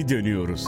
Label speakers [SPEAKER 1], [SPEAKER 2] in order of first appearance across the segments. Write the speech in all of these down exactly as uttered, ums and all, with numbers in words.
[SPEAKER 1] geri dönüyoruz.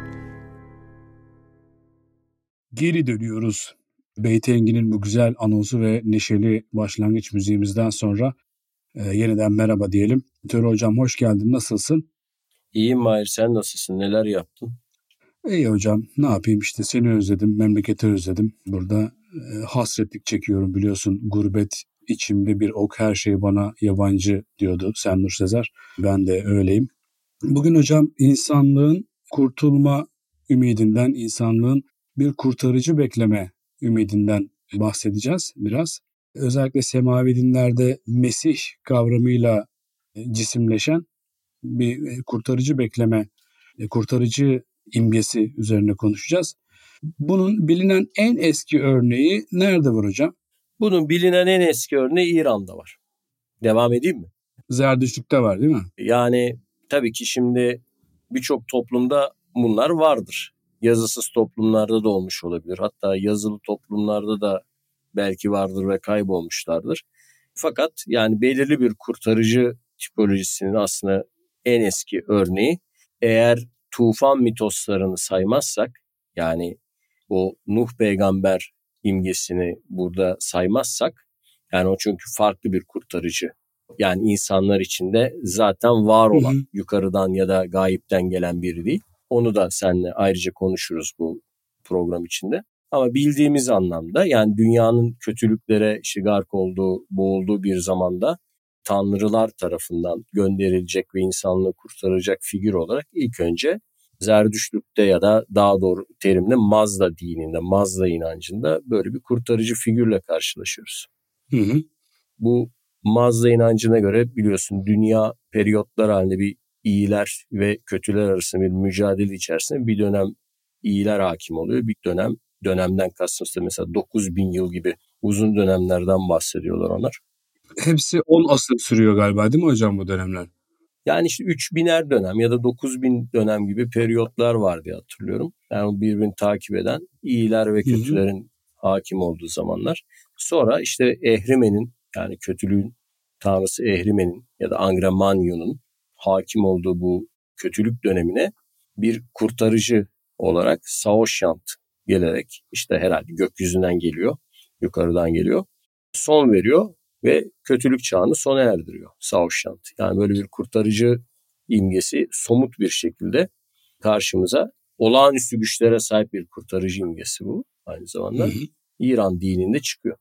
[SPEAKER 2] Geri dönüyoruz. Beyti Engin'in bu güzel anonsu ve neşeli başlangıç müziğimizden sonra e, yeniden merhaba diyelim. Töre Hocam hoş geldin. Nasılsın?
[SPEAKER 3] İyiyim Mahir, sen nasılsın? Neler yaptın?
[SPEAKER 2] İyi hocam. Ne yapayım işte seni özledim, memleketi özledim. Burada e, hasretlik çekiyorum biliyorsun. Gurbet içimde bir ok, her şey bana yabancı diyordu Sendur Sezer. Ben de öyleyim. Bugün hocam insanlığın kurtulma ümidinden, insanlığın bir kurtarıcı bekleme ümidinden bahsedeceğiz biraz. Özellikle semavi dinlerde Mesih kavramıyla cisimleşen bir kurtarıcı bekleme, kurtarıcı imgesi üzerine konuşacağız. Bunun bilinen en eski örneği nerede var hocam?
[SPEAKER 3] Bunun bilinen en eski örneği İran'da var. Devam edeyim mi?
[SPEAKER 2] Zerdüştlük'te var değil mi?
[SPEAKER 3] Yani tabii ki şimdi birçok toplumda bunlar vardır. Yazısız toplumlarda da olmuş olabilir. Hatta yazılı toplumlarda da belki vardır ve kaybolmuşlardır. Fakat yani belirli bir kurtarıcı tipolojisinin aslında en eski örneği, eğer tufan mitoslarını saymazsak, yani o Nuh peygamber imgesini burada saymazsak, yani o çünkü farklı bir kurtarıcı. Yani insanlar içinde zaten var olan, hı hı. yukarıdan ya da gayipten gelen biri değil. Onu da seninle ayrıca konuşuruz bu program içinde. Ama bildiğimiz anlamda, yani dünyanın kötülüklere işte gark olduğu, boğulduğu bir zamanda tanrılar tarafından gönderilecek ve insanlığı kurtaracak figür olarak ilk önce Zerdüştlük'te ya da daha doğru terimle Mazda dininde, Mazda inancında böyle bir kurtarıcı figürle karşılaşıyoruz.
[SPEAKER 2] Hı hı.
[SPEAKER 3] Bu Mazda inancına göre biliyorsun dünya periyotlar halinde bir iyiler ve kötüler arasında bir mücadele içerisinde bir dönem iyiler hakim oluyor. Bir dönem, dönemden kastım mesela dokuz bin yıl gibi uzun dönemlerden bahsediyorlar onlar.
[SPEAKER 2] Hepsi on asır sürüyor galiba değil mi hocam bu dönemler?
[SPEAKER 3] Yani işte üç biner dönem ya da dokuz bin dönem gibi periyotlar var diye hatırlıyorum. Yani birbirini takip eden iyiler ve kötülerin hı hı. hakim olduğu zamanlar. Sonra işte Ehrimen'in, yani kötülüğün tanrısı Ehrimen'in ya da Angramanyon'un hakim olduğu bu kötülük dönemine bir kurtarıcı olarak Saoşyant gelerek, işte herhalde gökyüzünden geliyor, yukarıdan geliyor, son veriyor ve kötülük çağını sona erdiriyor Saoşyant. Yani böyle bir kurtarıcı imgesi somut bir şekilde karşımıza, olağanüstü güçlere sahip bir kurtarıcı imgesi bu aynı zamanda. Hı hı. İran dininde çıkıyor.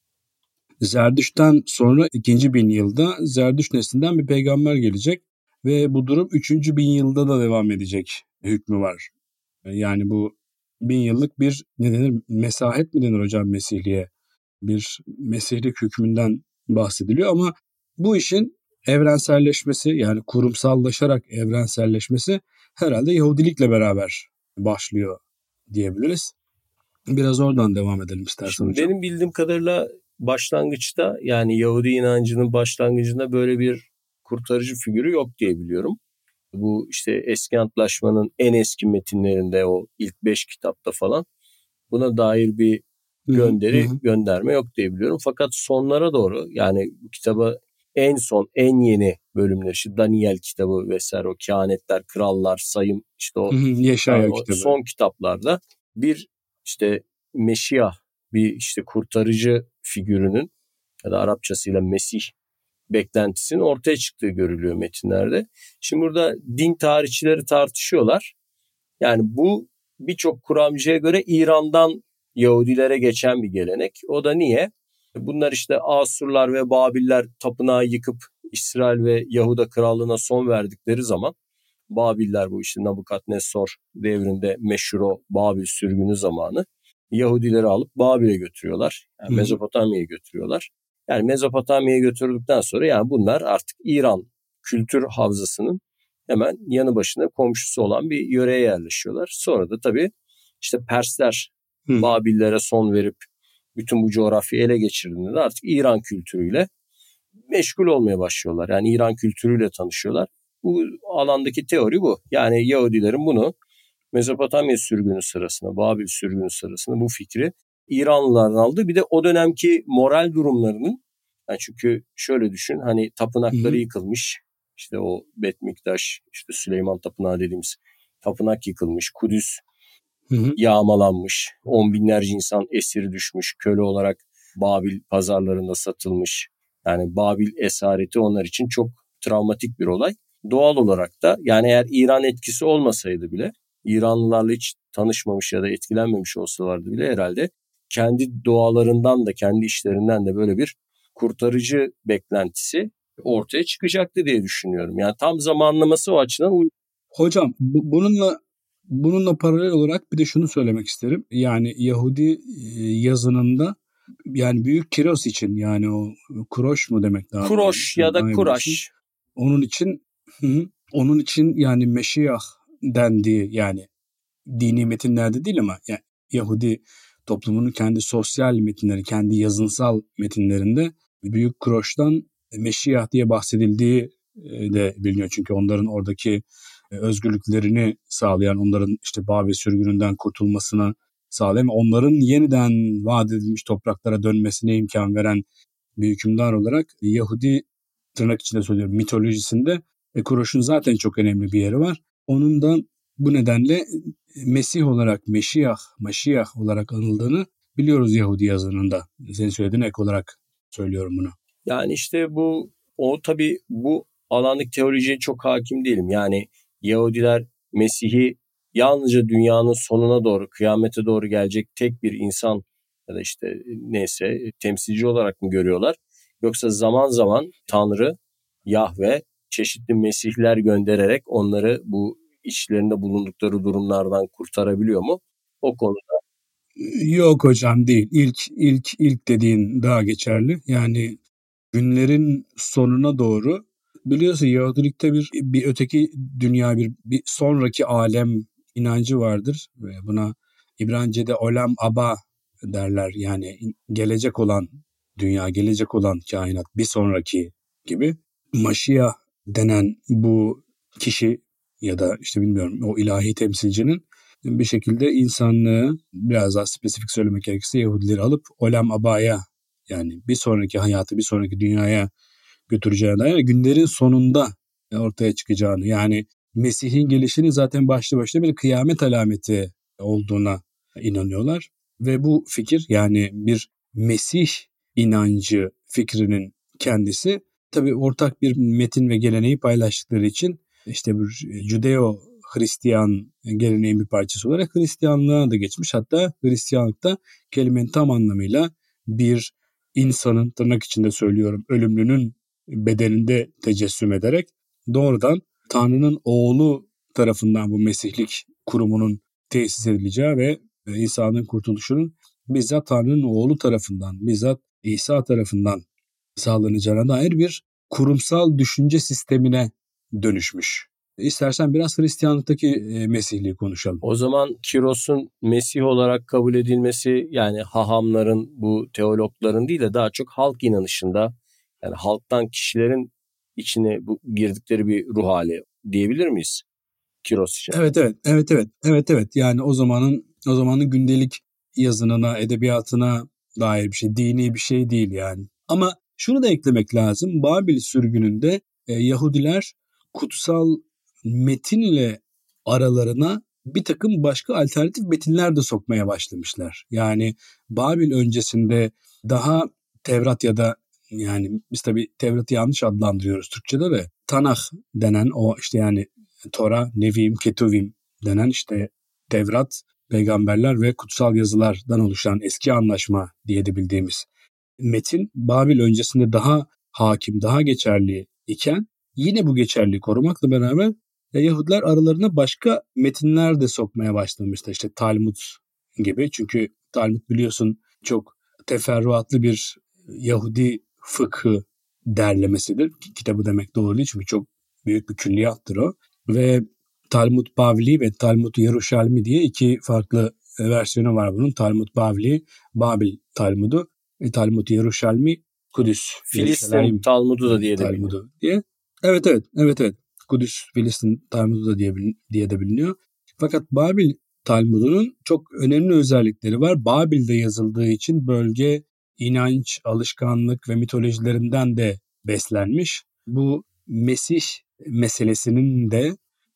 [SPEAKER 2] Zerdüşt'ten sonra ikinci bin yılda Zerdüşt neslinden bir peygamber gelecek ve bu durum üçüncü bin yılda da devam edecek hükmü var. Yani bu bin yıllık bir ne denir, mesahet mi denir hocam Mesihliğe? Bir mesihlik hükmünden bahsediliyor ama bu işin evrenselleşmesi, yani kurumsallaşarak evrenselleşmesi herhalde Yahudilikle beraber başlıyor diyebiliriz. Biraz oradan devam edelim istersen
[SPEAKER 3] Şimdi
[SPEAKER 2] hocam.
[SPEAKER 3] Benim bildiğim kadarıyla başlangıçta, yani Yahudi inancının başlangıcında böyle bir kurtarıcı figürü yok diye biliyorum. Bu işte eski antlaşmanın en eski metinlerinde, o ilk beş kitapta falan buna dair bir gönderi, hı hı. gönderme yok diye biliyorum. Fakat sonlara doğru, yani bu kitaba en son, en yeni bölümler, işte Daniel kitabı vesaire, o kehanetler, krallar, sayım, işte o,
[SPEAKER 2] hı hı, Yeşaya
[SPEAKER 3] yani o
[SPEAKER 2] kitabı.
[SPEAKER 3] son kitaplarda bir işte Meşiyah, bir işte kurtarıcı figürünün ya da Arapçasıyla Mesih beklentisinin ortaya çıktığı görülüyor metinlerde. Şimdi burada din tarihçileri tartışıyorlar. Yani bu birçok kuramcıya göre İran'dan Yahudilere geçen bir gelenek. O da niye? Bunlar işte Asurlar ve Babiller tapınağı yıkıp İsrail ve Yahuda krallığına son verdikleri zaman, Babiller, bu işte Nabukadnezar devrinde meşhur o Babil sürgünü zamanı, Yahudileri alıp Babil'e götürüyorlar. Yani Mezopotamya'ya götürüyorlar. Yani Mezopotamya'ya götürdükten sonra yani bunlar artık İran kültür havzasının hemen yanı başında komşusu olan bir yöreye yerleşiyorlar. Sonra da tabii işte Persler Hı. Babillere son verip bütün bu coğrafyayı ele geçirdiğinde de artık İran kültürüyle meşgul olmaya başlıyorlar. Yani İran kültürüyle tanışıyorlar. Bu alandaki teori bu. Yani Yahudilerin bunu Mezopotamya sürgünü sırasında, Babil sürgünü sırasında bu fikri İranlılardan aldı. Bir de o dönemki moral durumlarının, yani çünkü şöyle düşün, hani tapınakları Hı-hı. yıkılmış, işte o Bet Miktaş, işte Süleyman Tapınağı dediğimiz tapınak yıkılmış, Kudüs
[SPEAKER 2] Hı hı.
[SPEAKER 3] yağmalanmış, on binlerce insan esir düşmüş, köle olarak Babil pazarlarında satılmış. Yani Babil esareti onlar için çok travmatik bir olay. Doğal olarak da yani eğer İran etkisi olmasaydı bile, İranlılarla hiç tanışmamış ya da etkilenmemiş olsalardı bile herhalde kendi doğalarından da kendi işlerinden de böyle bir kurtarıcı beklentisi ortaya çıkacaktı diye düşünüyorum. Yani tam zamanlaması o açıdan uygun.
[SPEAKER 2] Hocam bu, bununla bununla paralel olarak bir de şunu söylemek isterim. Yani Yahudi yazınında yani Büyük Kiros için yani o Kuroş mu demek daha
[SPEAKER 3] Kuroş ya da Kuraş.
[SPEAKER 2] Onun için hı, onun için yani Meşiyah dendiği yani dini metinlerde değil ama yani Yahudi toplumunun kendi sosyal metinleri, kendi yazınsal metinlerinde Büyük Kuroş'tan Meşiyah diye bahsedildiği de biliniyor. Çünkü onların oradaki özgürlüklerini sağlayan, onların işte Babil sürgününden kurtulmasını sağlayan, onların yeniden vaat edilmiş topraklara dönmesine imkan veren bir hükümdar olarak Yahudi tırnak içinde söylüyorum mitolojisinde Kuroş'un zaten çok önemli bir yeri var. Onun da bu nedenle Mesih olarak, Meşiyah, Meşiyah olarak anıldığını biliyoruz Yahudi yazınında. Senin söylediğin ek olarak söylüyorum bunu.
[SPEAKER 3] Yani işte bu, o tabii bu alandaki teolojiye çok hakim değilim. Yani Yahudiler Mesih'i yalnızca dünyanın sonuna doğru, kıyamete doğru gelecek tek bir insan ya da işte neyse temsilci olarak mı görüyorlar? Yoksa zaman zaman Tanrı, Yahve çeşitli mesihler göndererek onları bu içlerinde bulundukları durumlardan kurtarabiliyor mu? O konuda.
[SPEAKER 2] Yok hocam değil. İlk ilk ilk dediğin daha geçerli. Yani günlerin sonuna doğru biliyorsun Yahudilikte bir bir öteki dünya, bir bir sonraki alem inancı vardır. Ve buna İbranice'de olam aba derler. Yani gelecek olan dünya, gelecek olan kainat, bir sonraki gibi. Maşiyah denen bu kişi ya da işte bilmiyorum o ilahi temsilcinin bir şekilde insanlığı, biraz daha spesifik söylemek gerekirse Yahudileri alıp olam abaya, yani bir sonraki hayatı, bir sonraki dünyaya götüreceğine dair günlerin sonunda ortaya çıkacağını, yani Mesih'in gelişini zaten başlı başına bir kıyamet alameti olduğuna inanıyorlar. Ve bu fikir, yani bir Mesih inancı fikrinin kendisi tabii ortak bir metin ve geleneği paylaştıkları için işte bir Judeo Hristiyan geleneğin bir parçası olarak Hristiyanlığa da geçmiş. Hatta Hristiyanlıkta kelimenin tam anlamıyla bir insanın, tırnak içinde söylüyorum, ölümlünün bedeninde tecessüm ederek doğrudan Tanrı'nın oğlu tarafından bu Mesihlik kurumunun tesis edileceği ve insanlığın kurtuluşunun bizzat Tanrı'nın oğlu tarafından, bizzat İsa tarafından sağlanacağına dair bir kurumsal düşünce sistemine dönüşmüş. İstersen biraz Hristiyanlıktaki Mesihliği konuşalım.
[SPEAKER 3] O zaman Kiros'un Mesih olarak kabul edilmesi, yani hahamların, bu teologların değil de daha çok halk inanışında, yani halktan kişilerin içine bu girdikleri bir ruh hali diyebilir miyiz Kiros için?
[SPEAKER 2] Evet evet evet evet evet evet yani o zamanın o zamanın gündelik yazınına, edebiyatına dair bir şey, dini bir şey değil yani. Ama şunu da eklemek lazım. Babil sürgününde e, Yahudiler kutsal metin ile aralarına bir takım başka alternatif metinler de sokmaya başlamışlar. Yani Babil öncesinde daha Tevrat ya da, yani biz tabii Tevrat'ı yanlış adlandırıyoruz Türkçe'de de, Tanah denen o işte yani Tora, Nevim, Ketuvim denen işte Tevrat, peygamberler ve kutsal yazılardan oluşan eski anlaşma diye de bildiğimiz metin Babil öncesinde daha hakim, daha geçerli iken yine bu geçerliği korumakla beraber Yahudiler aralarına başka metinler de sokmaya başlamıştı. İşte Talmud gibi, çünkü Talmud biliyorsun çok teferruatlı bir Yahudi fıkhı derlemesidir. Kitabı demek doğru değil çünkü çok büyük bir külliyattır o. Ve Talmud Bavli ve Talmud Yeruşalmi diye iki farklı versiyonu var bunun. Talmud Bavli, Babil Talmudu, e, Talmud Yeruşalmi, Kudüs,
[SPEAKER 3] Filistin Talmudu da diye de biliniyor.
[SPEAKER 2] Diye. Evet evet evet evet. Kudüs, Filistin Talmudu da diye, diye de biliniyor. Fakat Babil Talmudu'nun çok önemli özellikleri var. Babil'de yazıldığı için bölge inanç, alışkanlık ve mitolojilerinden de beslenmiş. Bu Mesih meselesinin de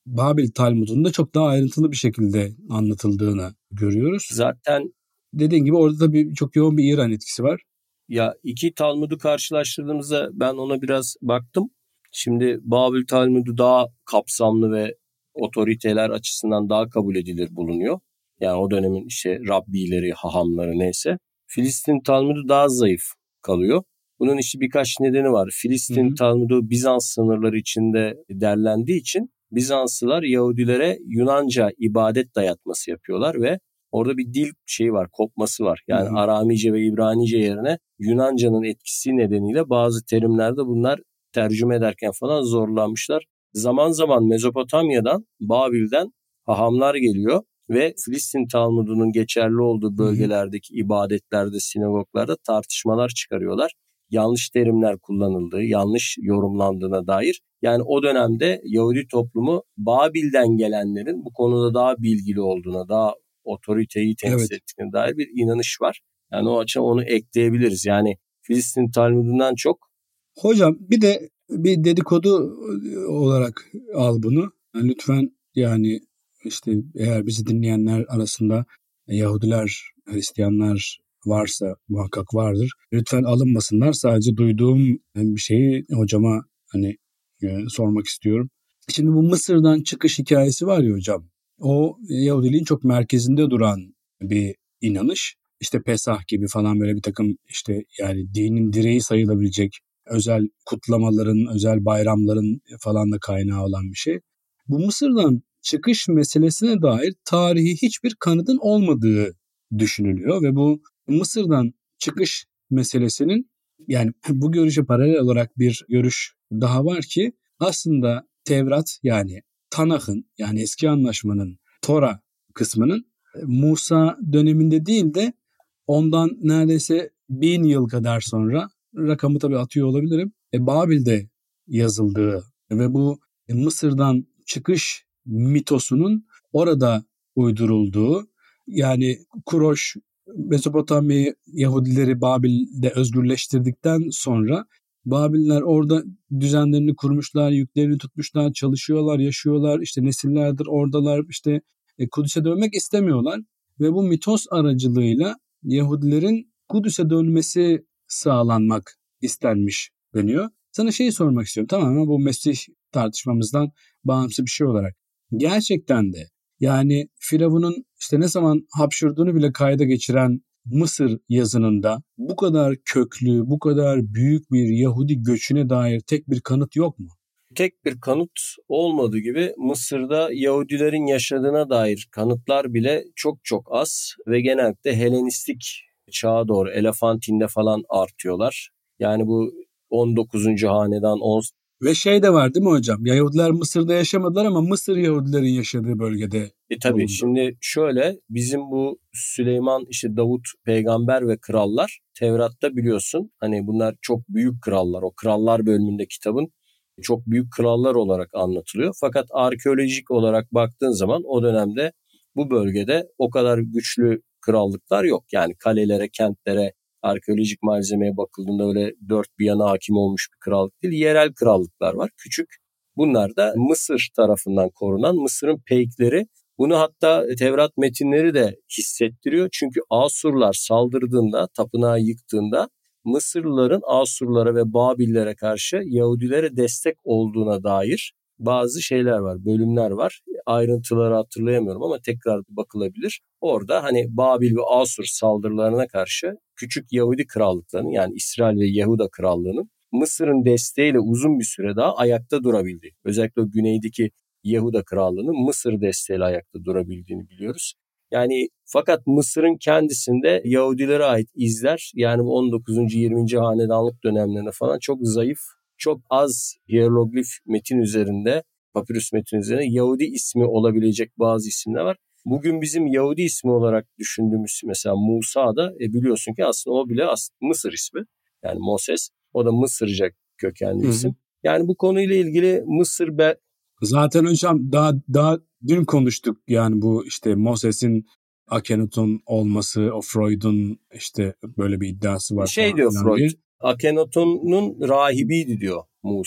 [SPEAKER 2] Babil Talmud'unda çok daha ayrıntılı bir şekilde anlatıldığını görüyoruz.
[SPEAKER 3] Zaten
[SPEAKER 2] dediğin gibi orada da bir, çok yoğun bir İran etkisi var.
[SPEAKER 3] Ya iki Talmud'u karşılaştırdığımızda ben ona biraz baktım. Şimdi Babil Talmud'u daha kapsamlı ve otoriteler açısından daha kabul edilir bulunuyor. Yani o dönemin işte Rabbileri, hahamları neyse. Filistin Talmud'u daha zayıf kalıyor. Bunun işte birkaç nedeni var. Filistin hı hı. Talmud'u Bizans sınırları içinde derlendiği için Bizanslılar Yahudilere Yunanca ibadet dayatması yapıyorlar ve orada bir dil şeyi var, kopması var. Yani hı hı. Aramice ve İbranice yerine Yunanca'nın etkisi nedeniyle bazı terimlerde bunlar tercüme ederken falan zorlanmışlar. Zaman zaman Mezopotamya'dan, Babil'den hahamlar geliyor ve Filistin Talmud'unun geçerli olduğu bölgelerdeki ibadetlerde, sinagoglarda tartışmalar çıkarıyorlar. Yanlış terimler kullanıldığı, yanlış yorumlandığına dair. Yani o dönemde Yahudi toplumu Babil'den gelenlerin bu konuda daha bilgili olduğuna, daha otoriteyi temsil evet. ettiğine dair bir inanış var. Yani o açıdan onu ekleyebiliriz. Yani Filistin Talmud'undan çok.
[SPEAKER 2] Hocam bir de bir dedikodu olarak al bunu. Yani lütfen yani işte eğer bizi dinleyenler arasında Yahudiler, Hristiyanlar varsa muhakkak vardır. Lütfen alınmasınlar. Sadece duyduğum bir şeyi hocama hani e, sormak istiyorum. Şimdi bu Mısır'dan çıkış hikayesi var ya hocam. O Yahudiliğin çok merkezinde duran bir inanış. İşte Pesah gibi falan böyle bir takım işte yani dinin direği sayılabilecek özel kutlamaların, özel bayramların falan da kaynağı olan bir şey. Bu Mısır'dan çıkış meselesine dair tarihi hiçbir kanıtın olmadığı düşünülüyor ve bu Mısır'dan çıkış meselesinin yani bu görüşe paralel olarak bir görüş daha var ki aslında Tevrat yani Tanah'ın yani eski anlaşmanın Tora kısmının Musa döneminde değil de ondan neredeyse bin yıl kadar sonra rakamı tabii atıyor olabilirim. E, Babil'de yazıldığı ve bu e, Mısır'dan çıkış mitosunun orada uydurulduğu yani Kuroş Mezopotamya Yahudileri Babil'de özgürleştirdikten sonra Babiller orada düzenlerini kurmuşlar, yüklerini tutmuşlar, çalışıyorlar, yaşıyorlar, işte nesillerdir oradalar, işte e, Kudüs'e dönmek istemiyorlar ve bu mitos aracılığıyla Yahudilerin Kudüs'e dönmesi sağlanmak istenmiş deniyor. Sana şeyi sormak istiyorum tamamen bu Mesih tartışmamızdan bağımsız bir şey olarak. Gerçekten de yani Firavun'un işte ne zaman hapşırdığını bile kayda geçiren Mısır yazınında bu kadar köklü, bu kadar büyük bir Yahudi göçüne dair tek bir kanıt yok mu?
[SPEAKER 3] Tek bir kanıt olmadığı gibi Mısır'da Yahudilerin yaşadığına dair kanıtlar bile çok çok az ve genellikle Helenistik çağa doğru Elefantinde falan artıyorlar. Yani bu on dokuzuncu hanedan on
[SPEAKER 2] Ve şey de var değil mi hocam? Yahudiler Mısır'da yaşamadılar ama Mısır Yahudilerin yaşadığı bölgede
[SPEAKER 3] E tabii
[SPEAKER 2] bulundu.
[SPEAKER 3] Şimdi şöyle bizim bu Süleyman işte Davut peygamber ve krallar Tevrat'ta biliyorsun hani bunlar çok büyük krallar. O krallar bölümünde kitabın çok büyük krallar olarak anlatılıyor. Fakat arkeolojik olarak baktığın zaman o dönemde bu bölgede o kadar güçlü krallıklar yok. Yani kalelere, kentlere, arkeolojik malzemeye bakıldığında öyle dört bir yana hakim olmuş bir krallık değil. Yerel krallıklar var, küçük. Bunlar da Mısır tarafından korunan Mısır'ın peykleri. Bunu hatta Tevrat metinleri de hissettiriyor. Çünkü Asurlar saldırdığında, tapınağı yıktığında Mısırlıların Asurlara ve Babillere karşı Yahudilere destek olduğuna dair bazı şeyler var, bölümler var. Ayrıntıları hatırlayamıyorum ama tekrar bakılabilir. Orada hani Babil ve Asur saldırılarına karşı küçük Yahudi krallıklarının yani İsrail ve Yahuda krallığının Mısır'ın desteğiyle uzun bir süre daha ayakta durabildiği. Özellikle o güneydeki Yahuda krallığının Mısır desteğiyle ayakta durabildiğini biliyoruz. Yani fakat Mısır'ın kendisinde Yahudilere ait izler yani bu on dokuzuncu yirminci hanedanlık dönemlerinde falan çok zayıf, çok az hieroglif metin üzerinde, papirüs metin üzerinde Yahudi ismi olabilecek bazı isimler var. Bugün bizim Yahudi ismi olarak düşündüğümüz mesela Musa da e biliyorsun ki aslında o bile aslında Mısır ismi. Yani Moses o da Mısırca kökenli isim. Yani bu konuyla ilgili Mısır be
[SPEAKER 2] Zaten hocam daha daha dün konuştuk yani bu işte Moses'in Akhenaton olması, o Freud'un işte böyle bir iddiası var
[SPEAKER 3] şey
[SPEAKER 2] falan
[SPEAKER 3] diyor
[SPEAKER 2] filan
[SPEAKER 3] Freud,
[SPEAKER 2] diye.
[SPEAKER 3] Akhenaton'un rahibiydi diyor Musa.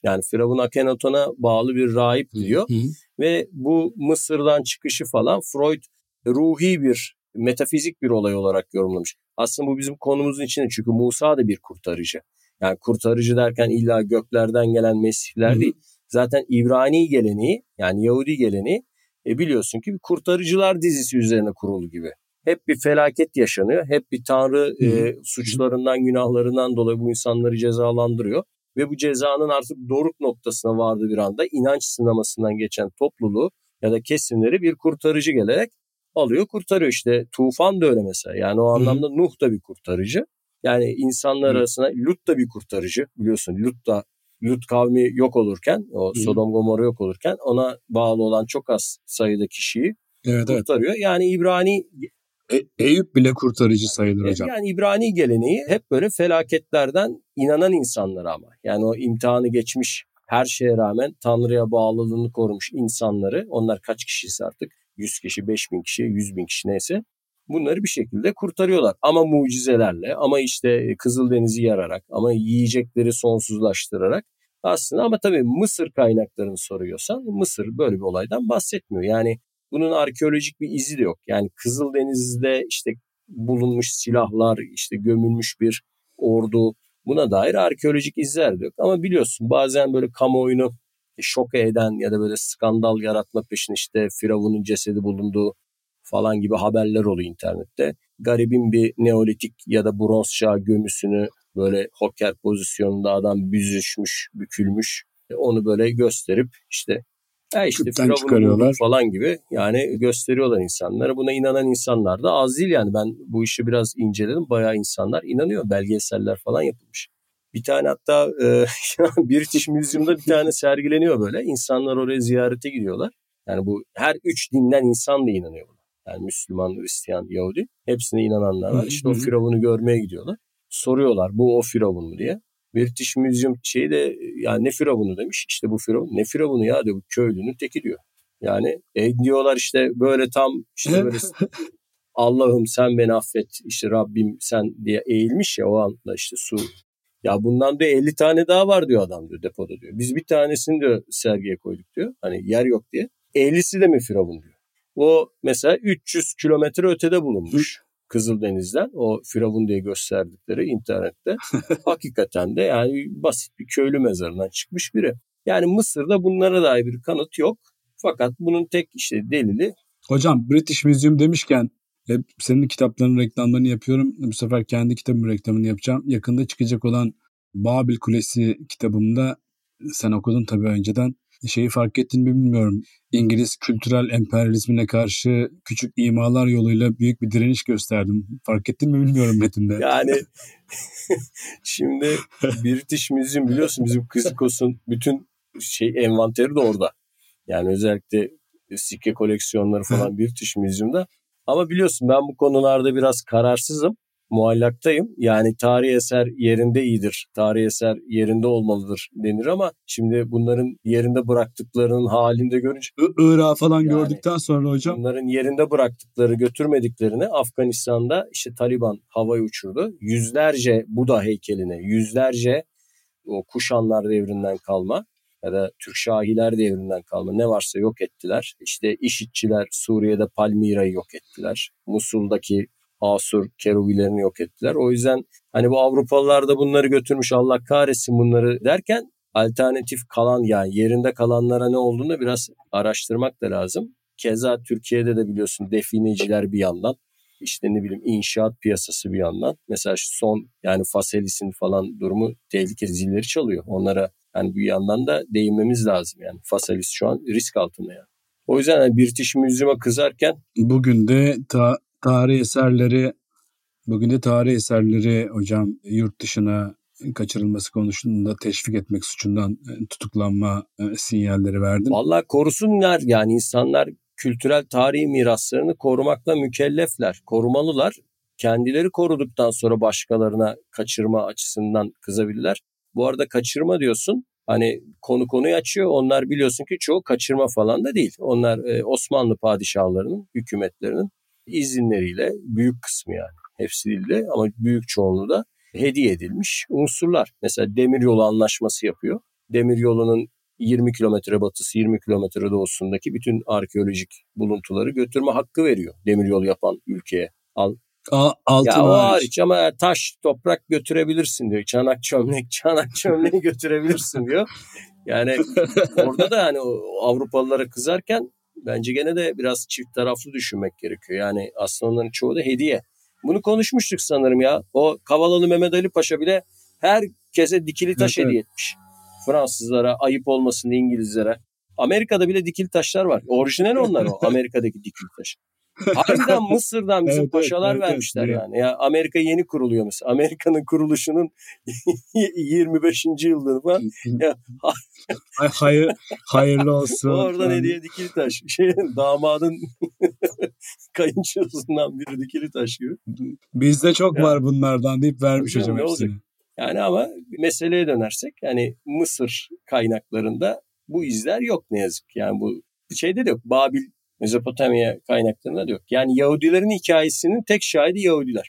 [SPEAKER 3] Yani Firavun Akhenaton'a bağlı bir rahip diyor.
[SPEAKER 2] Hı hı.
[SPEAKER 3] Ve bu Mısır'dan çıkışı falan Freud ruhi bir, metafizik bir olay olarak yorumlamış. Aslında bu bizim konumuzun içinde, çünkü Musa da bir kurtarıcı. Yani kurtarıcı derken illa göklerden gelen mesihler
[SPEAKER 2] Hı hı.
[SPEAKER 3] değil. Zaten İbrani geleneği, yani Yahudi geleneği e biliyorsun ki bir kurtarıcılar dizisi üzerine kurulu gibi. Hep bir felaket yaşanıyor. Hep bir tanrı e, suçlarından, günahlarından dolayı bu insanları cezalandırıyor. Ve bu cezanın artık doruk noktasına vardığı bir anda inanç sınamasından geçen topluluğu ya da kesimleri bir kurtarıcı gelerek alıyor, kurtarıyor. İşte tufan da öyle mesela. Yani o anlamda Nuh da bir kurtarıcı. Yani insanlar
[SPEAKER 2] Hı.
[SPEAKER 3] arasında Lut da bir kurtarıcı. Biliyorsun Lut da, Lut kavmi yok olurken, o Sodom Gomorra yok olurken ona bağlı olan çok az sayıda kişiyi
[SPEAKER 2] Evet, evet.
[SPEAKER 3] kurtarıyor. Yani İbrani
[SPEAKER 2] E- Eyüp bile kurtarıcı sayılır hocam.
[SPEAKER 3] Yani İbrani geleneği hep böyle felaketlerden inanan insanlar ama. Yani o imtihanı geçmiş, her şeye rağmen Tanrı'ya bağlılığını korumuş insanları, onlar kaç kişiyse artık, yüz kişi, beş bin kişi, yüz bin kişi neyse, bunları bir şekilde kurtarıyorlar. Ama mucizelerle, ama işte Kızıldeniz'i yararak, ama yiyecekleri sonsuzlaştırarak aslında. Ama tabii Mısır kaynaklarını soruyorsan, Mısır böyle bir olaydan bahsetmiyor. Yani bunun arkeolojik bir izi de yok. Yani Kızıldeniz'de işte bulunmuş silahlar, işte gömülmüş bir ordu, buna dair arkeolojik izler de yok. Ama biliyorsun bazen böyle kamuoyunu şoka eden ya da böyle skandal yaratma peşinde, işte Firavun'un cesedi bulunduğu falan gibi haberler oluyor internette. Garibin bir Neolitik ya da Bronz Çağ gömüsünü böyle hoker pozisyonunda adam büzüşmüş, bükülmüş, onu böyle gösterip işte Ha işte
[SPEAKER 2] Küpten
[SPEAKER 3] Firavun'u bulduk
[SPEAKER 2] çıkarıyorlar.
[SPEAKER 3] falan gibi yani gösteriyorlar insanlara. Buna inanan insanlar da az değil yani. Ben bu işi biraz inceledim. Bayağı insanlar inanıyor. Belgeseller falan yapılmış. Bir tane hatta e, British Museum'da bir tane sergileniyor böyle. İnsanlar oraya ziyarete gidiyorlar. Yani bu her üç dinden insan da inanıyor buna. Yani Müslüman, Hristiyan, Yahudi. Hepsine inananlar var. İşte o Firavun'u görmeye gidiyorlar. Soruyorlar bu o Firavun mu diye. British Museum şeyi de yani ne Firavun'u demiş. İşte bu Firavun. Ne Firavun'u ya diyor, bu köylünün teki diyor. Yani e, diyorlar işte böyle tam işte böyle Allah'ım sen beni affet, işte Rabbim sen diye eğilmiş ya o anda işte su. Ya bundan diyor elli tane daha var diyor adam diyor depoda diyor. Biz bir tanesini diyor sergiye koyduk diyor. Hani yer yok diye. ellisi de mi Firavun diyor. O mesela üç yüz kilometre ötede bulunmuş. Kızıldeniz'den o Firavun diye gösterdikleri internette. Hakikaten de yani basit bir köylü mezarından çıkmış biri. Yani Mısır'da bunlara dair bir kanıt yok. Fakat bunun tek işte delili.
[SPEAKER 2] Hocam British Museum demişken hep senin kitaplarının reklamlarını yapıyorum. Bu sefer kendi kitabımın reklamını yapacağım. Yakında çıkacak olan Babil Kulesi kitabımda sen okudun tabii önceden. Şeyi fark ettin mi bilmiyorum. İngiliz kültürel emperyalizmine karşı küçük imalar yoluyla büyük bir direniş gösterdim. Fark ettin mi bilmiyorum metinde.
[SPEAKER 3] Yani şimdi British Museum biliyorsun bizim Kızılkos'un bütün şey envanteri de orada. Yani özellikle sikke koleksiyonları falan British Museum'da. Ama biliyorsun ben bu konularda biraz kararsızım. Muallaktayım. Yani tarihi eser yerinde iyidir. Tarihi eser yerinde olmalıdır denir ama şimdi bunların yerinde bıraktıklarının halinde görünce
[SPEAKER 2] I- Irak'ı falan
[SPEAKER 3] yani
[SPEAKER 2] gördükten sonra hocam.
[SPEAKER 3] Bunların yerinde bıraktıkları, götürmediklerini Afganistan'da işte Taliban havaya uçurdu. Yüzlerce Buda heykeline, yüzlerce o Kuşanlar devrinden kalma ya da Türk Şahiler devrinden kalma ne varsa yok ettiler. İşte İŞİD'çiler Suriye'de Palmira'yı yok ettiler. Musul'daki Asur Kerubilerini yok ettiler. O yüzden hani bu Avrupalılar da bunları götürmüş Allah kahretsin bunları derken alternatif kalan yani yerinde kalanlara ne olduğunu biraz araştırmak da lazım. Keza Türkiye'de de biliyorsun defineciler bir yandan, işte ne bileyim inşaat piyasası bir yandan. Mesela şu son yani Faselis'in falan durumu tehlike zilleri çalıyor. Onlara yani bir yandan da değinmemiz lazım yani. Faselis şu an risk altında yani. O yüzden yani British Museum'a kızarken
[SPEAKER 2] Bugün de ta- tarih eserleri bugün de tarih eserleri hocam yurt dışına kaçırılması konusunda teşvik etmek suçundan tutuklanma sinyalleri verdin.
[SPEAKER 3] Vallahi korusunlar yani insanlar kültürel tarihi miraslarını korumakla mükellefler, korumalılar. Kendileri koruduktan sonra başkalarına kaçırma açısından kızabilirler. Bu arada kaçırma diyorsun hani konu konuyu açıyor. Onlar biliyorsun ki çoğu kaçırma falan da değil. Onlar e, Osmanlı padişahlarının, hükümetlerinin izinleriyle büyük kısmı yani hepsi değil de ama büyük çoğunluğu da hediye edilmiş unsurlar. Mesela demiryolu anlaşması yapıyor demiryolunun yirmi kilometre batısı, yirmi kilometre doğusundaki bütün arkeolojik buluntuları götürme hakkı veriyor demiryolu yapan ülkeye. Al.
[SPEAKER 2] A, altın
[SPEAKER 3] ya o
[SPEAKER 2] hariç.
[SPEAKER 3] hariç ama taş, toprak götürebilirsin diyor. Çanak çömlek, çanak çömleği götürebilirsin diyor. Yani orada da hani Avrupalılara kızarken bence gene de biraz çift taraflı düşünmek gerekiyor. Yani aslında onların çoğu da hediye. Bunu konuşmuştuk sanırım ya. O Kavalalı Mehmet Ali Paşa bile herkese dikili taş
[SPEAKER 2] evet,
[SPEAKER 3] hediye
[SPEAKER 2] evet.
[SPEAKER 3] etmiş. Fransızlara ayıp olmasın diye, İngilizlere. Amerika'da bile dikili taşlar var. Orijinal onlar o Amerika'daki dikili taş. Harbiden Mısır'dan bizim
[SPEAKER 2] evet,
[SPEAKER 3] paşalar
[SPEAKER 2] evet,
[SPEAKER 3] vermişler
[SPEAKER 2] evet.
[SPEAKER 3] yani. Ya Amerika yeni kuruluyor mesela. Amerika'nın kuruluşunun yirmi beşinci yılını falan. Ya,
[SPEAKER 2] Hayır, hayırlı olsun.
[SPEAKER 3] oradan hediye dikili taş. Şey, damadın kayınçosundan biri dikili taş gibi.
[SPEAKER 2] Bizde çok
[SPEAKER 3] ya,
[SPEAKER 2] var bunlardan deyip vermiş hocam hepsini.
[SPEAKER 3] Yani ama meseleye dönersek yani Mısır kaynaklarında bu izler yok ne yazık. Yani bu şeyde de yok. Babil, Mezopotamya kaynaklarında da yok. Yani Yahudilerin hikayesinin tek şahidi Yahudiler.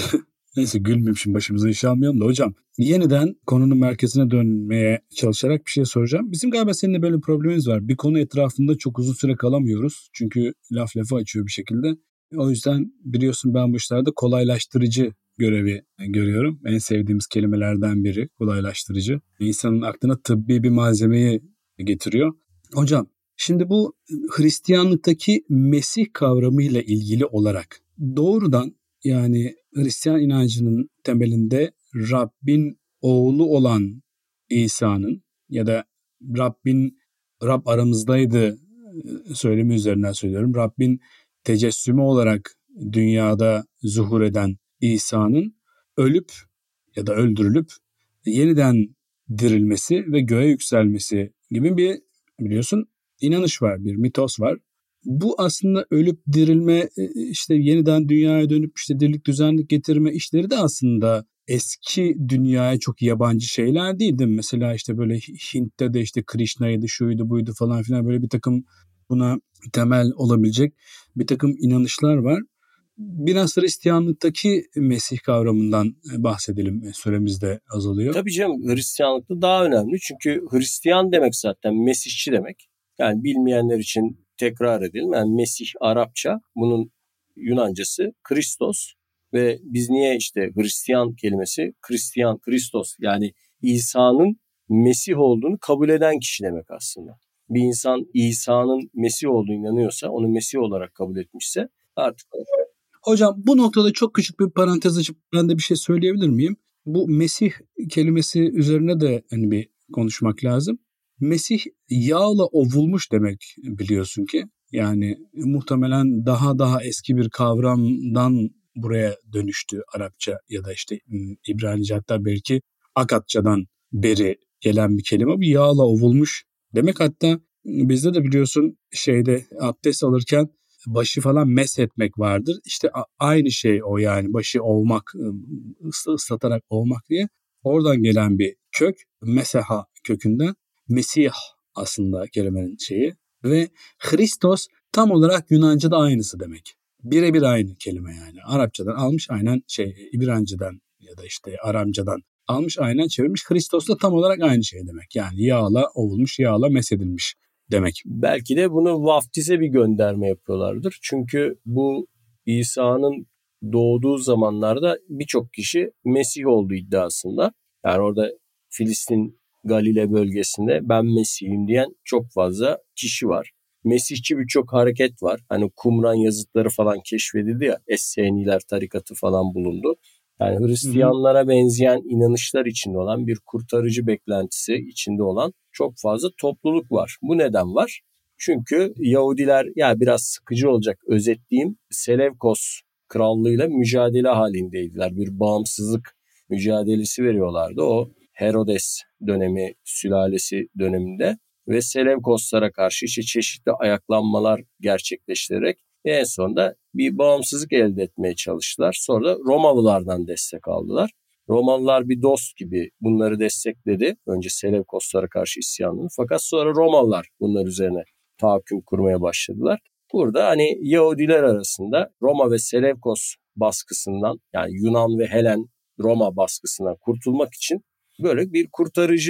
[SPEAKER 2] Neyse gülmeyeyim şimdi başımıza iş almayalım da hocam. Yeniden konunun merkezine dönmeye çalışarak bir şey soracağım. Bizim galiba seninle böyle bir problemimiz var. Bir konu etrafında çok uzun süre kalamıyoruz. Çünkü laf lafı açıyor bir şekilde. O yüzden biliyorsun ben bu işlerde kolaylaştırıcı görevi görüyorum. En sevdiğimiz kelimelerden biri kolaylaştırıcı. İnsanın aklına tıbbi bir malzemeyi getiriyor. Hocam şimdi bu Hristiyanlıktaki Mesih kavramıyla ilgili olarak doğrudan yani Hristiyan inancının temelinde Rabbin oğlu olan İsa'nın ya da Rabbin Rab aramızdaydı söylemi üzerinden söylüyorum. Rabbin tecessümü olarak dünyada zuhur eden İsa'nın ölüp ya da öldürülüp yeniden dirilmesi ve göğe yükselmesi gibi bir biliyorsun inanış var, bir mitos var. Bu aslında ölüp dirilme, işte yeniden dünyaya dönüp işte dirlik düzenlik getirme işleri de aslında eski dünyaya çok yabancı şeyler değil değil mi? Mesela işte böyle Hint'te de işte Krishna'ydı, şuydu, buydu falan filan böyle bir takım buna temel olabilecek bir takım inanışlar var. Biraz Hristiyanlıktaki Mesih kavramından bahsedelim. Süremiz de azalıyor.
[SPEAKER 3] Tabii canım Hristiyanlıkta daha önemli. Çünkü Hristiyan demek zaten Mesihçi demek. Yani bilmeyenler için tekrar edelim. Yani Mesih Arapça, bunun Yunancası Kristos ve biz niye işte Hristiyan kelimesi Hristiyan, Kristos yani İsa'nın Mesih olduğunu kabul eden kişi demek aslında. Bir insan İsa'nın Mesih olduğunu inanıyorsa, onu Mesih olarak kabul etmişse artık...
[SPEAKER 2] Hocam bu noktada çok küçük bir parantez açıp ben de bir şey söyleyebilir miyim? Bu Mesih kelimesi üzerine de hani bir konuşmak lazım. Mesih yağla ovulmuş demek biliyorsun ki. Yani muhtemelen daha daha eski bir kavramdan buraya dönüştü Arapça ya da işte İbranice hatta belki Akatçadan beri gelen bir kelime. Bu yağla ovulmuş demek hatta bizde de biliyorsun şeyde abdest alırken başı falan meshetmek vardır. İşte aynı şey o yani başı ovmak, ıslatarak ovmak diye. Oradan gelen bir kök. Meseha kökünden. Mesih aslında kelimenin şeyi. Ve Hristos tam olarak Yunanca'da aynısı demek. Birebir aynı kelime yani. Arapçadan almış aynen şey İbrancı'dan ya da işte Aramcadan almış aynen çevirmiş. Hristos da tam olarak aynı şey demek. Yani yağla ovulmuş, yağla mesedilmiş demek.
[SPEAKER 3] Belki de bunu vaftize bir gönderme yapıyorlardır. Çünkü bu İsa'nın doğduğu zamanlarda birçok kişi Mesih olduğu iddiasında. Yani orada Filistin, Galile bölgesinde ben Mesih'im diyen çok fazla kişi var. Mesihçi birçok hareket var. Hani Kumran yazıtları falan keşfedildi ya. Esseniler tarikatı falan bulundu. Yani Hristiyanlara benzeyen inanışlar içinde olan bir kurtarıcı beklentisi içinde olan çok fazla topluluk var. Bu neden var? Çünkü Yahudiler ya biraz sıkıcı olacak özetleyeyim. Selevkos krallığıyla mücadele halindeydiler. Bir bağımsızlık mücadelesi veriyorlardı. O Herodes dönemi, sülalesi döneminde ve Selevkoslara karşı işte çeşitli ayaklanmalar gerçekleştirerek en sonunda bir bağımsızlık elde etmeye çalıştılar. Sonra da Romalılardan destek aldılar. Romalılar bir dost gibi bunları destekledi. Önce Selevkoslara karşı isyanını. Fakat sonra Romalılar bunlar üzerine tahakküm kurmaya başladılar. Burada hani Yahudiler arasında Roma ve Selevkos baskısından yani Yunan ve Helen Roma baskısından kurtulmak için böyle bir kurtarıcı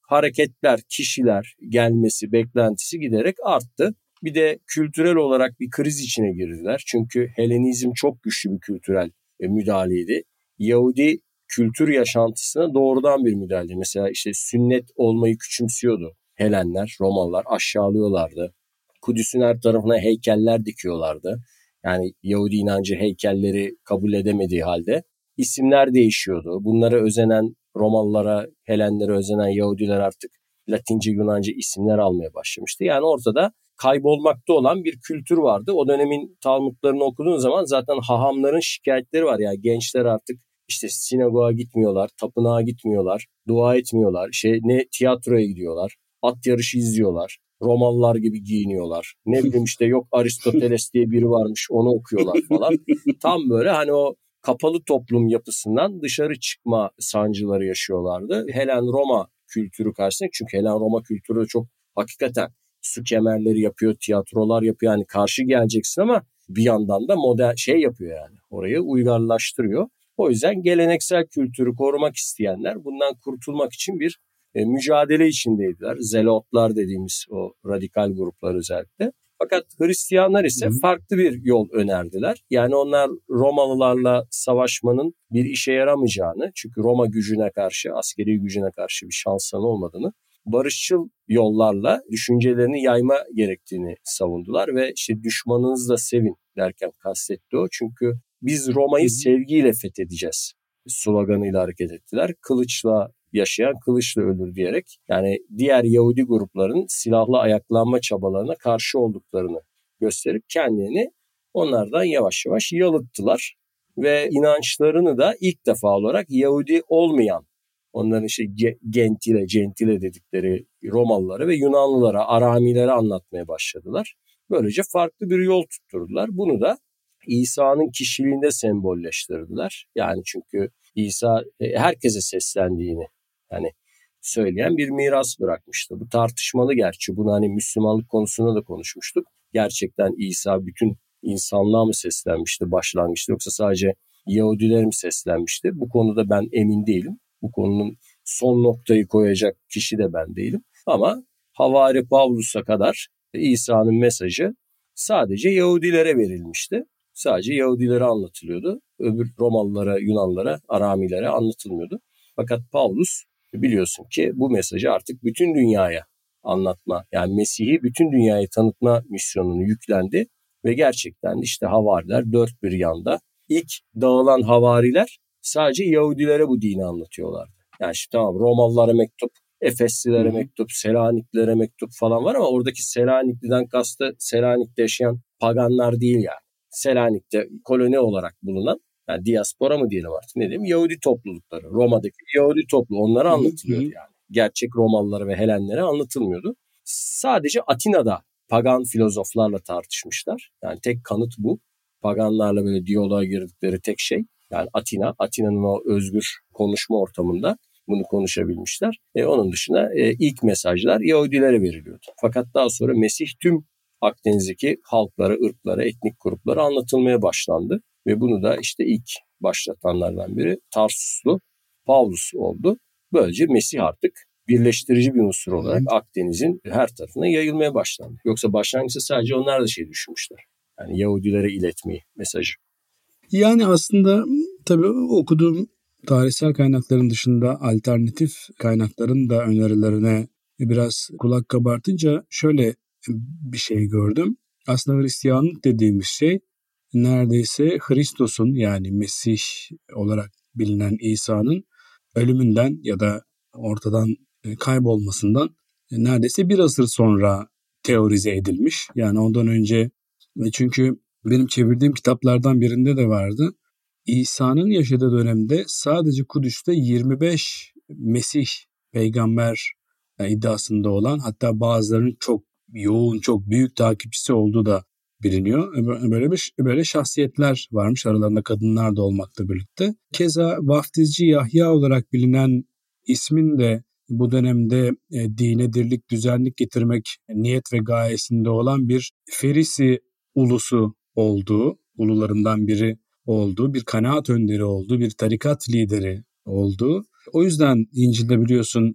[SPEAKER 3] hareketler, kişiler gelmesi, beklentisi giderek arttı. Bir de kültürel olarak bir kriz içine girdiler. Çünkü Helenizm çok güçlü bir kültürel e, müdahaleydi. Yahudi kültür yaşantısına doğrudan bir müdahale. Mesela işte sünnet olmayı küçümsüyordu Helenler, Romalılar aşağılıyorlardı. Kudüs'ün her tarafına heykeller dikiyorlardı. Yani Yahudi inancı heykelleri kabul edemediği halde isimler değişiyordu. Bunlara özenen Romalılara, Helenlere özenen Yahudiler artık Latince, Yunanca isimler almaya başlamıştı. Yani ortada kaybolmakta olan bir kültür vardı. O dönemin Talmudlarını okuduğun zaman zaten hahamların şikayetleri var. Yani gençler artık işte sinagoga gitmiyorlar, tapınağa gitmiyorlar, dua etmiyorlar, şey ne tiyatroya gidiyorlar, at yarışı izliyorlar, Romalılar gibi giyiniyorlar. Ne bileyim işte yok Aristoteles diye biri varmış onu okuyorlar falan. Tam böyle hani o kapalı toplum yapısından dışarı çıkma sancıları yaşıyorlardı. Helen-Roma kültürü karşısında, çünkü Helen-Roma kültürü çok hakikaten su kemerleri yapıyor, tiyatrolar yapıyor. Yani karşı geleceksin ama bir yandan da modern şey yapıyor yani. Orayı uygarlaştırıyor. O yüzden geleneksel kültürü korumak isteyenler bundan kurtulmak için bir e, mücadele içindeydiler. Zelotlar dediğimiz o radikal gruplar özellikle. Fakat Hristiyanlar ise Hı. farklı bir yol önerdiler. Yani onlar Romalılarla savaşmanın bir işe yaramayacağını, çünkü Roma gücüne karşı, askeri gücüne karşı bir şansları olmadığını, barışçıl yollarla düşüncelerini yayma gerektiğini savundular ve işte düşmanınızı da sevin derken kastetti o. Çünkü biz Roma'yı sevgiyle fethedeceğiz sloganıyla hareket ettiler. Kılıçla yaşayan kılıçla ölür diyerek, yani diğer Yahudi grupların silahlı ayaklanma çabalarına karşı olduklarını gösterip kendilerini onlardan yavaş yavaş yalıttılar. Ve inançlarını da ilk defa olarak Yahudi olmayan, onların işte gentile, gentile dedikleri Romalılara ve Yunanlılara, Aramilere anlatmaya başladılar. Böylece farklı bir yol tutturdular. Bunu da İsa'nın kişiliğinde sembolleştirdiler. Yani çünkü İsa herkese seslendiğini yani söyleyen bir miras bırakmıştı. Bu tartışmalı gerçi. Bunu hani Müslümanlık konusunda da konuşmuştuk. Gerçekten İsa bütün insanlığa mı seslenmişti başlangıçta, yoksa sadece Yahudiler mi seslenmişti? Bu konuda ben emin değilim. Bu konunun son noktayı koyacak kişi de ben değilim. Ama Havari Pavlus'a kadar İsa'nın mesajı sadece Yahudilere verilmişti. Sadece Yahudilere anlatılıyordu. Öbür Romalılara, Yunanlara, Aramilere anlatılmıyordu. Fakat Pavlus biliyorsun ki bu mesajı artık bütün dünyaya anlatma, yani Mesih'i bütün dünyaya tanıtma misyonunu yüklendi. Ve gerçekten işte havariler dört bir yanda. İlk dağılan havariler sadece Yahudilere bu dini anlatıyorlardı. Yani işte tamam, Romalılara mektup, Efeslilere mektup, Selaniklilere mektup falan var ama oradaki Selanikliden kastı Selanik'te yaşayan paganlar değil yani. Selanik'te koloni olarak bulunan, yani diaspora mı diyelim artık ne diyeyim, Yahudi toplulukları. Roma'daki Yahudi topluluğu onlara anlatılıyordu yani. Gerçek Romalılara ve Helenlere anlatılmıyordu. Sadece Atina'da pagan filozoflarla tartışmışlar. Yani tek kanıt bu. Paganlarla böyle diyaloğa girdikleri tek şey. Yani Atina, Atina'nın o özgür konuşma ortamında bunu konuşabilmişler. E, onun dışında e, ilk mesajlar Yahudilere veriliyordu. Fakat daha sonra Mesih tüm Akdeniz'deki halklara, ırklara, etnik gruplara anlatılmaya başlandı. Ve bunu da işte ilk başlatanlardan biri Tarsuslu Pavlus oldu. Böylece Mesih artık birleştirici bir unsur olarak Akdeniz'in her tarafına yayılmaya başlandı. Yoksa başlangıçta sadece onlar da şey düşünmüşler. Yani Yahudilere iletmeyi, mesajı.
[SPEAKER 2] Yani aslında tabii okuduğum tarihsel kaynakların dışında alternatif kaynakların da önerilerine biraz kulak kabartınca şöyle bir şey gördüm. Aslında Hristiyanlık dediğimiz şey neredeyse Hristos'un, yani Mesih olarak bilinen İsa'nın ölümünden ya da ortadan kaybolmasından neredeyse bir asır sonra teorize edilmiş. Yani ondan önce, çünkü benim çevirdiğim kitaplardan birinde de vardı. İsa'nın yaşadığı dönemde sadece Kudüs'te yirmi beş Mesih peygamber iddiasında olan, hatta bazılarının çok yoğun, çok büyük takipçisi olduğu da biliniyor. Böyle bir böyle şahsiyetler varmış, aralarında kadınlar da olmakla birlikte. Keza Vaftizci Yahya olarak bilinen ismin de bu dönemde e, dine dirlik, düzenlik getirmek niyet ve gayesinde olan bir Ferisi ulusu olduğu, ulularından biri olduğu, bir kanaat önderi olduğu, bir tarikat lideri olduğu. O yüzden İncil'de biliyorsun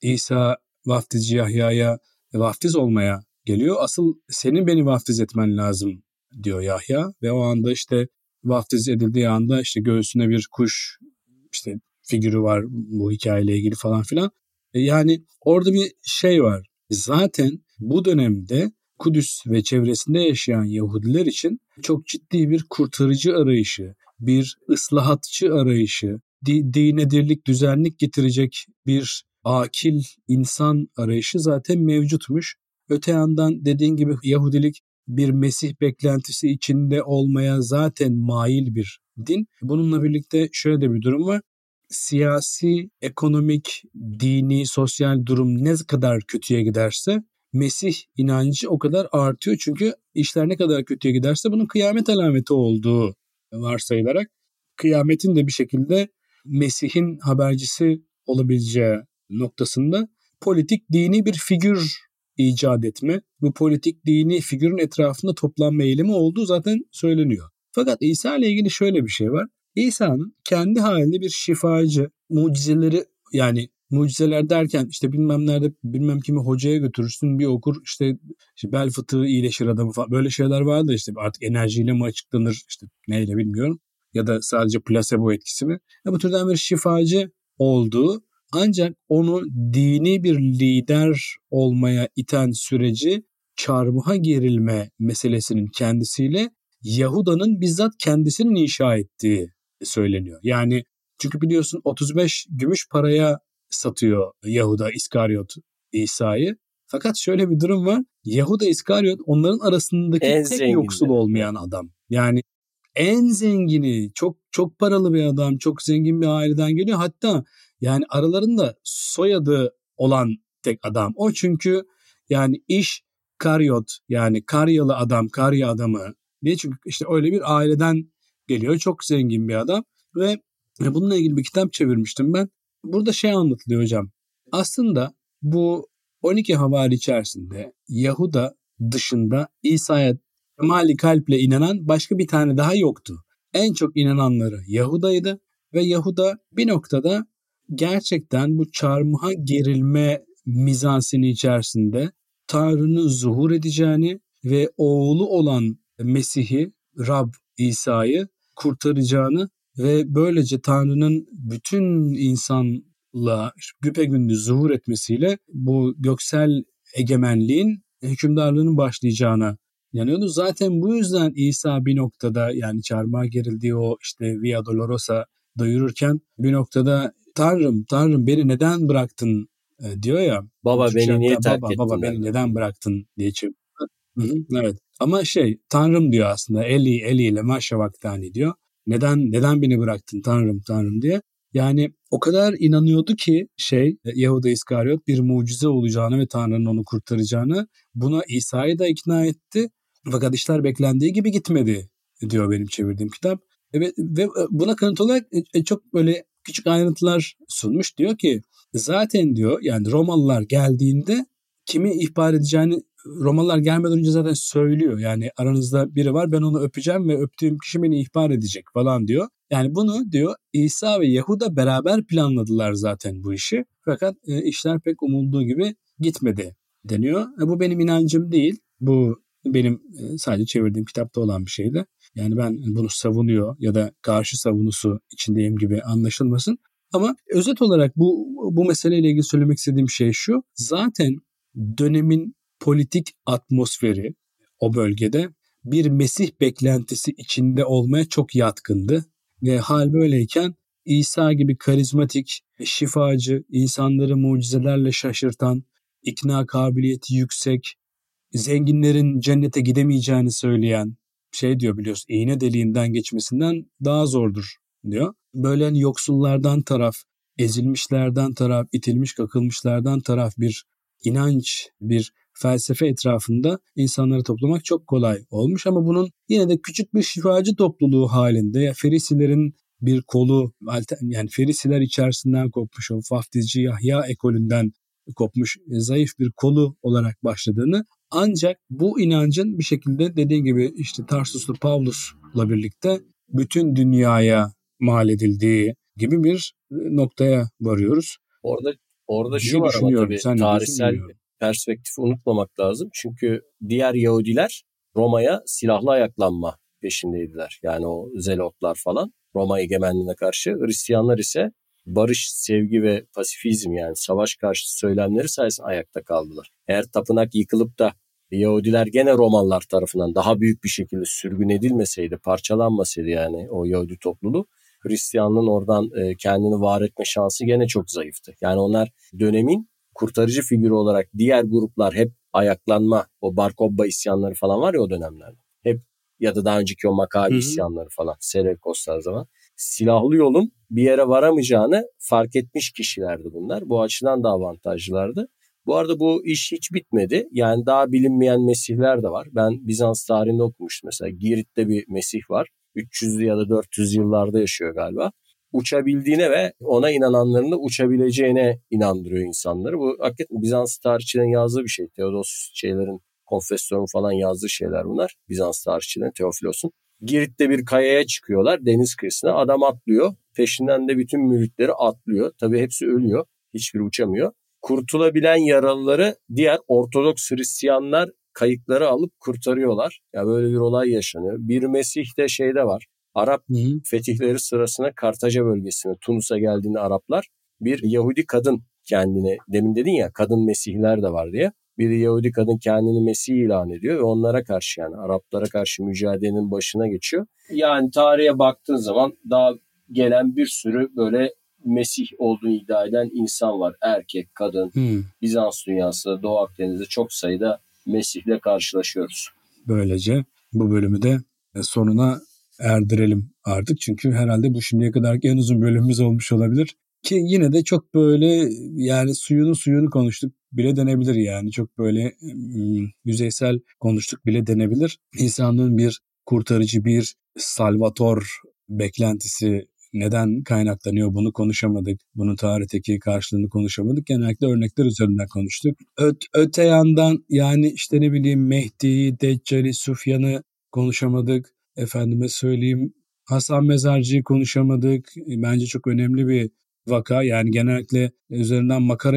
[SPEAKER 2] İsa vaftizci Yahya'ya vaftiz olmaya geliyor. Asıl senin beni vaftiz etmen lazım diyor Yahya ve o anda işte vaftiz edildiği anda işte göğsüne bir kuş işte figürü var bu hikayeyle ilgili falan filan. Yani orada bir şey var. Zaten bu dönemde Kudüs ve çevresinde yaşayan Yahudiler için çok ciddi bir kurtarıcı arayışı, bir ıslahatçı arayışı, di- dine dirlik, düzenlik getirecek bir akil insan arayışı zaten mevcutmuş. Öte yandan dediğin gibi Yahudilik bir Mesih beklentisi içinde olmaya zaten mail bir din. Bununla birlikte şöyle de bir durum var. Siyasi, ekonomik, dini, sosyal durum ne kadar kötüye giderse Mesih inancı o kadar artıyor. Çünkü işler ne kadar kötüye giderse bunun kıyamet alameti olduğu varsayılarak kıyametin de bir şekilde Mesih'in habercisi olabileceği noktasında politik dini bir figür icat etme, bu politik dini figürün etrafında toplanma eğilimi olduğu zaten söyleniyor. Fakat İsa ile ilgili şöyle bir şey var. İsa'nın kendi halinde bir şifacı, mucizeleri yani mucizeler derken işte bilmem nerede bilmem kimi hocaya götürürsün bir okur işte, işte bel fıtığı iyileşir adamı falan böyle şeyler vardı işte artık enerjiyle mi açıklanır işte neyle bilmiyorum ya da sadece plasebo etkisi mi? Ya bu türden bir şifacı olduğu ancak onu dini bir lider olmaya iten süreci çarmıha gerilme meselesinin kendisiyle Yahuda'nın bizzat kendisinin inşa ettiği söyleniyor. Yani çünkü biliyorsun otuz beş gümüş paraya satıyor Yahuda İskaryot İsa'yı. Fakat şöyle bir durum var. Yahuda İskaryot onların arasındaki
[SPEAKER 3] en
[SPEAKER 2] tek yoksul olmayan adam. Yani en zengini, çok çok paralı bir adam, çok zengin bir aileden geliyor. Hatta yani aralarında soyadı olan tek adam. O çünkü yani iş Karyot yani Karyalı adam, Karya adamı diye çünkü işte öyle bir aileden geliyor. Çok zengin bir adam ve bununla ilgili bir kitap çevirmiştim ben. Burada şey anlatılıyor hocam. Aslında bu on iki havari içerisinde Yahuda dışında İsa'ya mali kalple inanan başka bir tane daha yoktu. En çok inananları Yahuda'ydı ve Yahuda bir noktada gerçekten bu çarmıha gerilme mizansini içerisinde Tanrı'nın zuhur edeceğini ve oğlu olan Mesih'i, Rab İsa'yı kurtaracağını ve böylece Tanrı'nın bütün insanlığa güpegündüz zuhur etmesiyle bu göksel egemenliğin hükümdarlığının başlayacağına yanıyordu. Zaten bu yüzden İsa bir noktada yani çarmıha gerildiği o işte Via Dolorosa doyururken bir noktada Tanrım Tanrım beni neden bıraktın e, diyor ya.
[SPEAKER 3] Baba beni niye terk
[SPEAKER 2] baba,
[SPEAKER 3] ettin?
[SPEAKER 2] Baba beni neden bıraktın diye çığırıyor. Evet. Ama şey Tanrım diyor aslında. Eli Eli ile maşavaktani diyor. Neden neden beni bıraktın Tanrım Tanrım diye. Yani o kadar inanıyordu ki şey Yahuda İskaryot bir mucize olacağını ve Tanrı'nın onu kurtaracağını buna İsa'yı da ikna etti. Fakat işler beklendiği gibi gitmedi diyor benim çevirdiğim kitap. Ve, ve buna kanıt olarak çok böyle küçük ayrıntılar sunmuş. Diyor ki zaten diyor yani Romalılar geldiğinde kimi ihbar edeceğini Romalılar gelmeden önce zaten söylüyor. Yani aranızda biri var ben onu öpeceğim ve öptüğüm kişi beni ihbar edecek falan diyor. Yani bunu diyor İsa ve Yahuda beraber planladılar zaten bu işi. Fakat e, işler pek umulduğu gibi gitmedi deniyor. E, bu benim inancım değil. Bu benim e, sadece çevirdiğim kitapta olan bir şeydi. Yani ben bunu savunuyor ya da karşı savunusu içindeyim gibi anlaşılmasın. Ama özet olarak bu bu meseleyle ilgili söylemek istediğim şey şu. Zaten dönemin politik atmosferi o bölgede bir Mesih beklentisi içinde olmaya çok yatkındı. Ve hal böyleyken İsa gibi karizmatik, şifacı, insanları mucizelerle şaşırtan, ikna kabiliyeti yüksek, zenginlerin cennete gidemeyeceğini söyleyen şey diyor biliyorsun iğne deliğinden geçmesinden daha zordur diyor. Böyle hani yoksullardan taraf, ezilmişlerden taraf, itilmiş kakılmışlardan taraf bir inanç, bir felsefe etrafında insanları toplamak çok kolay olmuş ama bunun yine de küçük bir şifacı topluluğu halinde Ferisilerin bir kolu yani Ferisiler içerisinden kopmuş o vaftizci Yahya ekolünden kopmuş zayıf bir kolu olarak başladığını ancak bu inancın bir şekilde dediğim gibi işte Tarsuslu Pavlus'la birlikte bütün dünyaya mal edildiği gibi bir noktaya varıyoruz.
[SPEAKER 3] Orada orada şu
[SPEAKER 2] diye
[SPEAKER 3] var ama
[SPEAKER 2] düşünüyorum.
[SPEAKER 3] tabii
[SPEAKER 2] Sen ne diyorsun
[SPEAKER 3] tarihsel
[SPEAKER 2] bilmiyorum.
[SPEAKER 3] perspektifi unutmamak lazım. Çünkü diğer Yahudiler Roma'ya silahlı ayaklanma peşindeydiler. Yani o zelotlar falan Roma egemenliğine karşı. Hristiyanlar ise barış, sevgi ve pasifizm yani savaş karşıtı söylemleri sayesinde ayakta kaldılar. Eğer tapınak yıkılıp da Yahudiler gene Romalılar tarafından daha büyük bir şekilde sürgün edilmeseydi, parçalanmasaydı yani o Yahudi topluluğu, Hristiyanlığın oradan kendini var etme şansı gene çok zayıftı. Yani onlar dönemin kurtarıcı figürü olarak diğer gruplar hep ayaklanma, o Bar Kokhba isyanları falan var ya o dönemlerde. Hep ya da daha önceki o Makabi isyanları falan, Seleukoslar zaman. Silahlı yolun bir yere varamayacağını fark etmiş kişilerdi bunlar. Bu açıdan da avantajlılardı. Bu arada bu iş hiç bitmedi. Yani daha bilinmeyen mesihler de var. Ben Bizans tarihinde okumuştum mesela. Girit'te bir mesih var. üç yüzlü ya da dört yüz yıllarda yaşıyor galiba. Uçabildiğine ve ona inananların da uçabileceğine inandırıyor insanları. Bu hakikaten Bizans tarihçilerin yazdığı bir şey. Theodos şeylerin, Konfesör'ün falan yazdığı şeyler bunlar. Bizans tarihçilerin, Teofilos'un. Girit'te bir kayaya çıkıyorlar deniz kıyısına. Adam atlıyor. Peşinden de bütün müritleri atlıyor. Tabii hepsi ölüyor. Hiçbiri uçamıyor. Kurtulabilen yaralıları diğer Ortodoks Hristiyanlar kayıkları alıp kurtarıyorlar. Ya böyle bir olay yaşanıyor. Bir Mesih de şeyde var. Arap hı hı. fetihleri sırasında Kartaca bölgesine, Tunus'a geldiğinde Araplar bir Yahudi kadın kendini, demin dedin ya kadın Mesihler de var diye. Bir Yahudi kadın kendini Mesih ilan ediyor ve onlara karşı yani Araplara karşı mücadelenin başına geçiyor. Yani tarihe baktığın zaman daha gelen bir sürü böyle Mesih olduğunu iddia eden insan var. Erkek, kadın, hmm. Bizans dünyasında, Doğu Akdeniz'de çok sayıda Mesih'le karşılaşıyoruz.
[SPEAKER 2] Böylece bu bölümü de sonuna erdirelim artık. Çünkü herhalde bu şimdiye kadar en uzun bölümümüz olmuş olabilir. Ki yine de çok böyle yani suyunu suyunu konuştuk bile denebilir yani. Çok böyle yüzeysel konuştuk bile denebilir. İnsanlığın bir kurtarıcı, bir salvator beklentisi neden kaynaklanıyor bunu konuşamadık. Bunun tarihteki karşılığını konuşamadık. Genellikle örnekler üzerinden konuştuk. Öt, öte yandan yani işte ne bileyim Mehdi'yi, Deccal'i, Sufyan'ı konuşamadık. Efendime söyleyeyim Hasan Mezarcı'yı konuşamadık. Bence çok önemli bir vaka. Yani genellikle üzerinden makara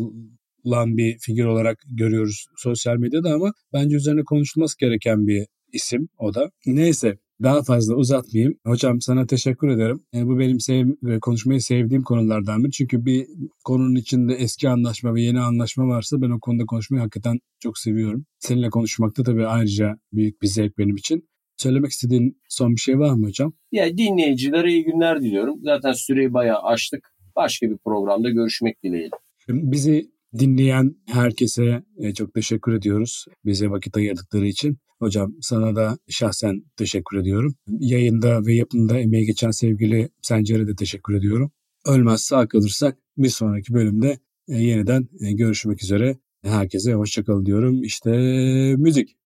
[SPEAKER 2] yapılan bir figür olarak görüyoruz sosyal medyada ama bence üzerine konuşulması gereken bir isim o da. Neyse. Daha fazla uzatmayayım. Hocam sana teşekkür ederim. Yani bu benim sev- konuşmayı sevdiğim konulardan biri. Çünkü bir konunun içinde eski anlaşma ve yeni anlaşma varsa ben o konuda konuşmayı hakikaten çok seviyorum. Seninle konuşmak da tabii ayrıca büyük bir zevk benim için. Söylemek istediğin son bir şey var mı hocam?
[SPEAKER 3] Ya dinleyicilere iyi günler diliyorum. Zaten süreyi bayağı aştık. Başka bir programda görüşmek dileğiyle.
[SPEAKER 2] Bizi dinleyen herkese çok teşekkür ediyoruz. Bize vakit ayırdıkları için. Hocam sana da şahsen teşekkür ediyorum. Yayında ve yapımda emeği geçen sevgili Sencer'e de teşekkür ediyorum. Ölmez sağ kalırsak bir sonraki bölümde yeniden görüşmek üzere. Herkese hoşça kalın diyorum. İşte müzik.